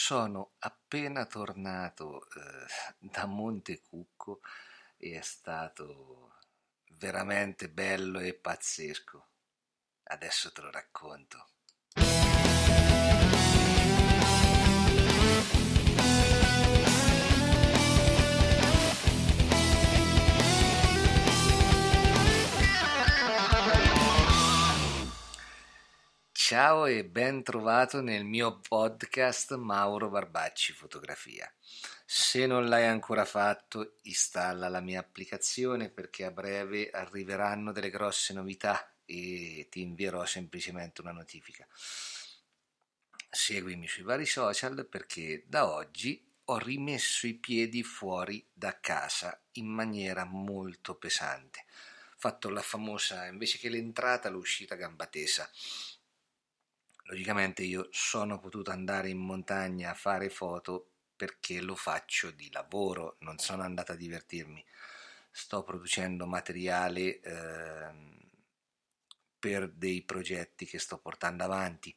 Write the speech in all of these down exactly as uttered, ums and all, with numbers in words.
Sono appena tornato eh, da Monte Cucco e è stato veramente bello e pazzesco. Adesso te lo racconto. Ciao e ben trovato nel mio podcast Mauro Barbacci Fotografia. Se non l'hai ancora fatto, installa la mia applicazione perché a breve arriveranno delle grosse novità e ti invierò semplicemente una notifica. Seguimi sui vari social perché da oggi ho rimesso i piedi fuori da casa in maniera molto pesante. Ho fatto la famosa, invece che l'entrata, l'uscita a gamba tesa. Logicamente io sono potuto andare in montagna a fare foto perché lo faccio di lavoro, non sono andato a divertirmi. Sto producendo materiale eh, per dei progetti che sto portando avanti.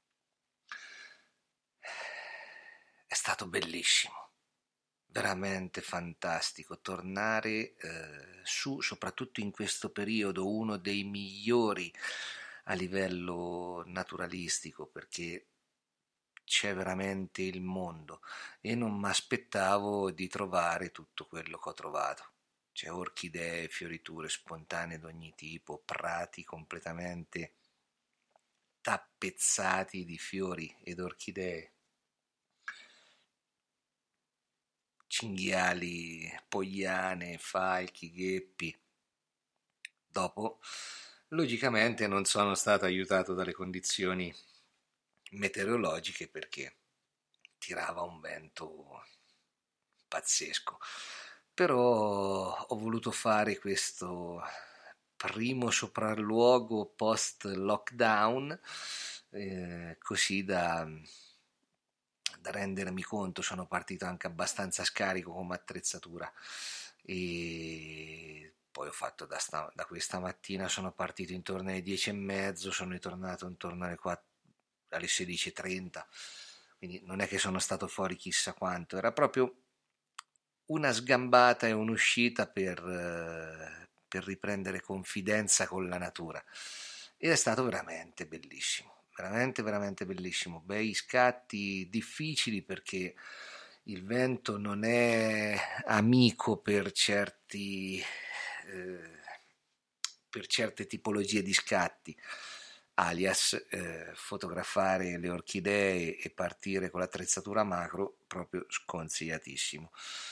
È stato bellissimo, veramente fantastico tornare eh, su, soprattutto in questo periodo, uno dei migliori a livello naturalistico, perché c'è veramente il mondo e non mi aspettavo di trovare tutto quello che ho trovato. C'è orchidee, fioriture spontanee di ogni tipo, prati completamente tappezzati di fiori ed orchidee, cinghiali, pogliane, falchi, gheppi. Dopo, logicamente non sono stato aiutato dalle condizioni meteorologiche perché tirava un vento pazzesco, però ho voluto fare questo primo sopralluogo post lockdown eh, così da, da rendermi conto. Sono partito anche abbastanza scarico come attrezzatura e poi ho fatto da, sta, da questa mattina, sono partito intorno alle dieci e mezzo, sono ritornato intorno alle, quattro, alle sedici e trenta, quindi non è che sono stato fuori chissà quanto, era proprio una sgambata e un'uscita per, eh, per riprendere confidenza con la natura ed è stato veramente bellissimo, veramente veramente bellissimo, bei scatti difficili perché il vento non è amico per certi eh, per certe tipologie di scatti, alias eh, fotografare le orchidee e partire con l'attrezzatura macro proprio sconsigliatissimo.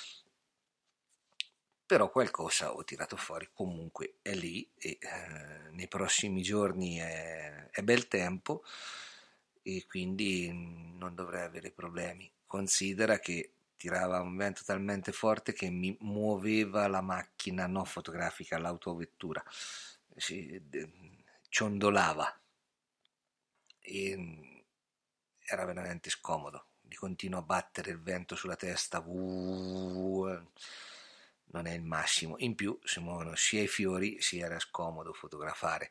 Però qualcosa ho tirato fuori, comunque è lì e eh, nei prossimi giorni è, è bel tempo e quindi non dovrei avere problemi. Considera che tirava un vento talmente forte che mi muoveva la macchina non fotografica, l'autovettura, si, ciondolava e era veramente scomodo. Di continuo a battere il vento sulla testa, uh, non è il massimo. In più si muovono sia i fiori sia era scomodo fotografare.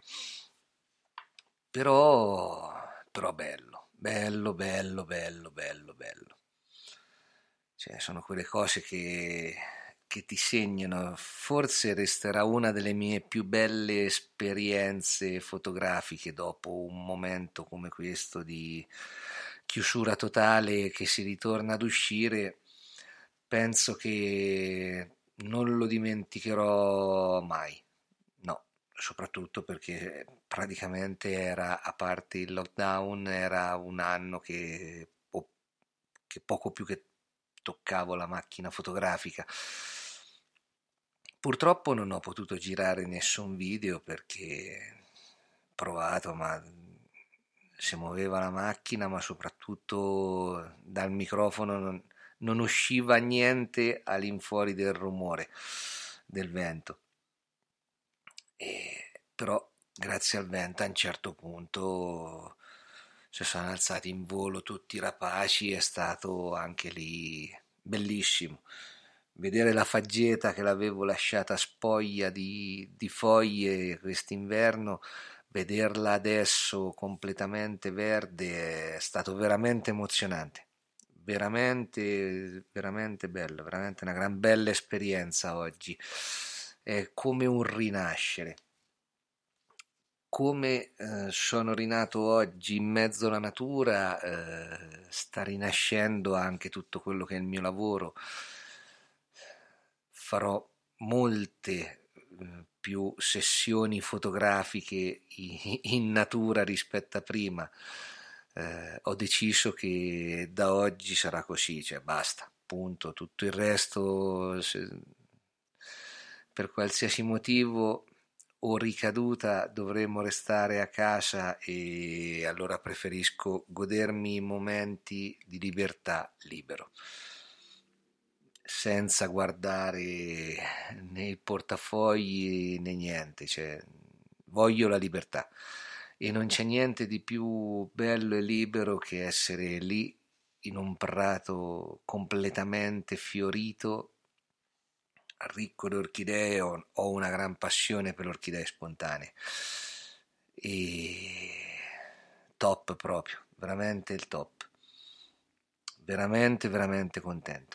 Però, però bello, bello, bello, bello, bello, bello. Cioè, sono quelle cose che, che ti segnano. Forse resterà una delle mie più belle esperienze fotografiche dopo un momento come questo di chiusura totale che si ritorna ad uscire. Penso che non lo dimenticherò mai. No, soprattutto perché praticamente era, a parte il lockdown, era un anno che, po- che poco più che toccavo la macchina fotografica. Purtroppo non ho potuto girare nessun video perché ho provato, ma si muoveva la macchina, ma soprattutto dal microfono non, non usciva niente all'infuori del rumore del vento. E, però grazie al vento a un certo punto si sono alzati in volo tutti rapaci, è stato anche lì bellissimo vedere la faggeta che l'avevo lasciata spoglia di, di foglie quest'inverno, vederla adesso completamente verde è stato veramente emozionante, veramente, veramente bello, veramente una gran bella esperienza oggi. È come un rinascere. Come eh, sono rinato oggi in mezzo alla natura, eh, sta rinascendo anche tutto quello che è il mio lavoro. Farò molte eh, più sessioni fotografiche in, in natura rispetto a prima. Eh, ho deciso che da oggi sarà così, cioè basta, punto. Tutto il resto, se, per qualsiasi motivo o ricaduta, dovremmo restare a casa, e allora preferisco godermi i momenti di libertà libero, senza guardare né il portafogli né niente, cioè, voglio la libertà, e non c'è niente di più bello e libero che essere lì in un prato completamente fiorito, ricco di orchidee. Ho, ho una gran passione per le orchidee spontanee, e top proprio, veramente il top, veramente veramente contento.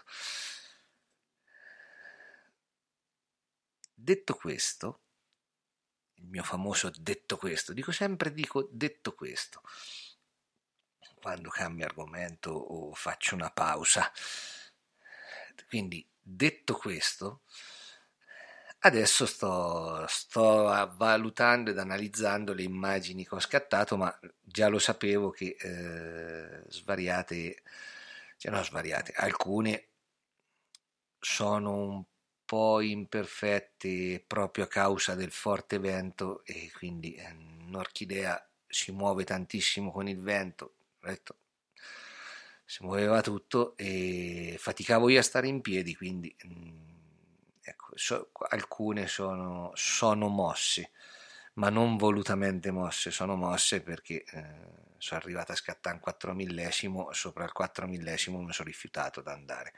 Detto questo, il mio famoso detto questo, dico sempre dico detto questo quando cambio argomento o faccio una pausa. Quindi, detto questo, adesso sto, sto valutando ed analizzando le immagini che ho scattato, ma già lo sapevo che eh, svariate, cioè no svariate, alcune sono un po' imperfette proprio a causa del forte vento, e quindi eh, un'orchidea si muove tantissimo con il vento, ho detto, si muoveva tutto e faticavo io a stare in piedi, quindi mh, ecco, so, alcune sono, sono mosse, ma non volutamente mosse, sono mosse perché eh, sono arrivata a scattare un quattro millesimo, sopra il quattro millesimo mi sono rifiutato ad andare.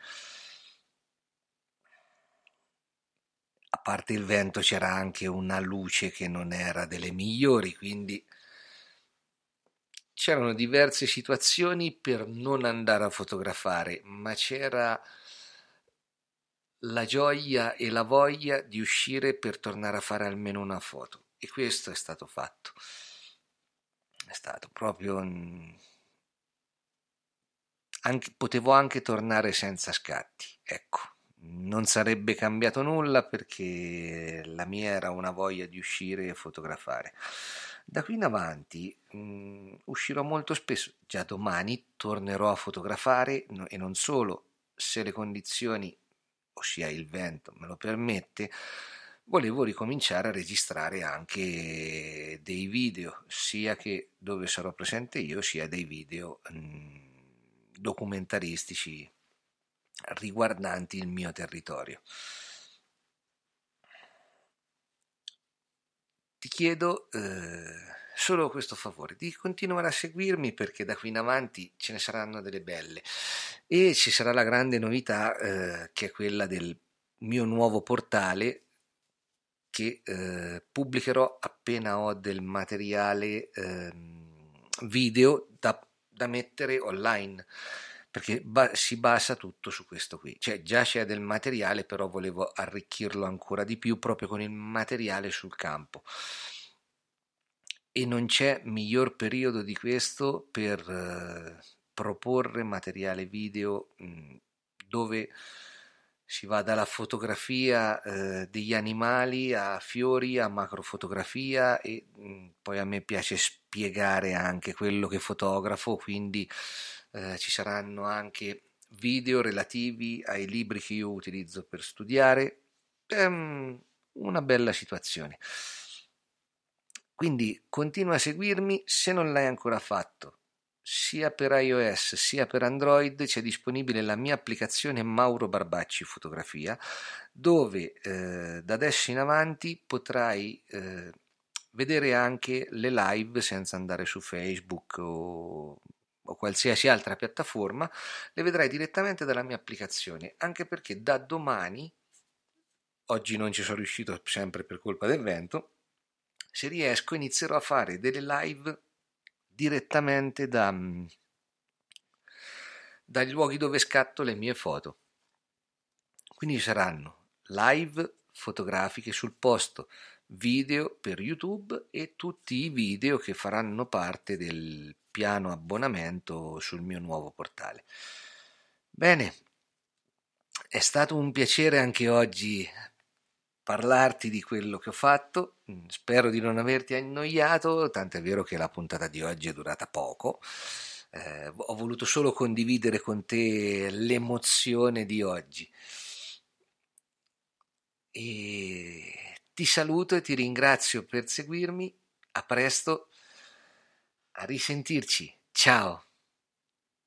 A parte il vento c'era anche una luce che non era delle migliori, quindi c'erano diverse situazioni per non andare a fotografare, ma c'era la gioia e la voglia di uscire per tornare a fare almeno una foto, e questo è stato fatto. È stato proprio un... anche, potevo anche tornare senza scatti, ecco, non sarebbe cambiato nulla perché la mia era una voglia di uscire e fotografare. Da qui in avanti mh, uscirò molto spesso, già domani tornerò a fotografare, no, e non solo, se le condizioni, ossia il vento, me lo permette. Volevo ricominciare a registrare anche dei video, sia che dove sarò presente io, sia dei video mh, documentaristici riguardanti il mio territorio. Ti chiedo eh, solo questo favore, di continuare a seguirmi, perché da qui in avanti ce ne saranno delle belle, e ci sarà la grande novità eh, che è quella del mio nuovo portale, che eh, pubblicherò appena ho del materiale eh, video da, da mettere online, perché ba- si basa tutto su questo qui, cioè già c'è del materiale, però volevo arricchirlo ancora di più proprio con il materiale sul campo, e non c'è miglior periodo di questo per eh, proporre materiale video mh, dove si va dalla fotografia eh, degli animali a fiori, a macrofotografia, e mh, poi a me piace spiegare anche quello che fotografo, quindi eh, ci saranno anche video relativi ai libri che io utilizzo per studiare. È una bella situazione. Quindi continua a seguirmi se non l'hai ancora fatto. Sia per iOS sia per Android c'è disponibile la mia applicazione Mauro Barbacci Fotografia, dove eh, da adesso in avanti potrai eh, vedere anche le live senza andare su Facebook o, o qualsiasi altra piattaforma, le vedrai direttamente dalla mia applicazione, anche perché da domani, oggi non ci sono riuscito sempre per colpa del vento, se riesco inizierò a fare delle live direttamente da, dai luoghi dove scatto le mie foto. Quindi ci saranno live fotografiche sul posto, video per YouTube e tutti i video che faranno parte del piano abbonamento sul mio nuovo portale. Bene, è stato un piacere anche oggi parlarti di quello che ho fatto. Spero di non averti annoiato, tant'è vero che la puntata di oggi è durata poco. Eh, ho voluto solo condividere con te l'emozione di oggi. E ti saluto e ti ringrazio per seguirmi. A presto, a risentirci. Ciao.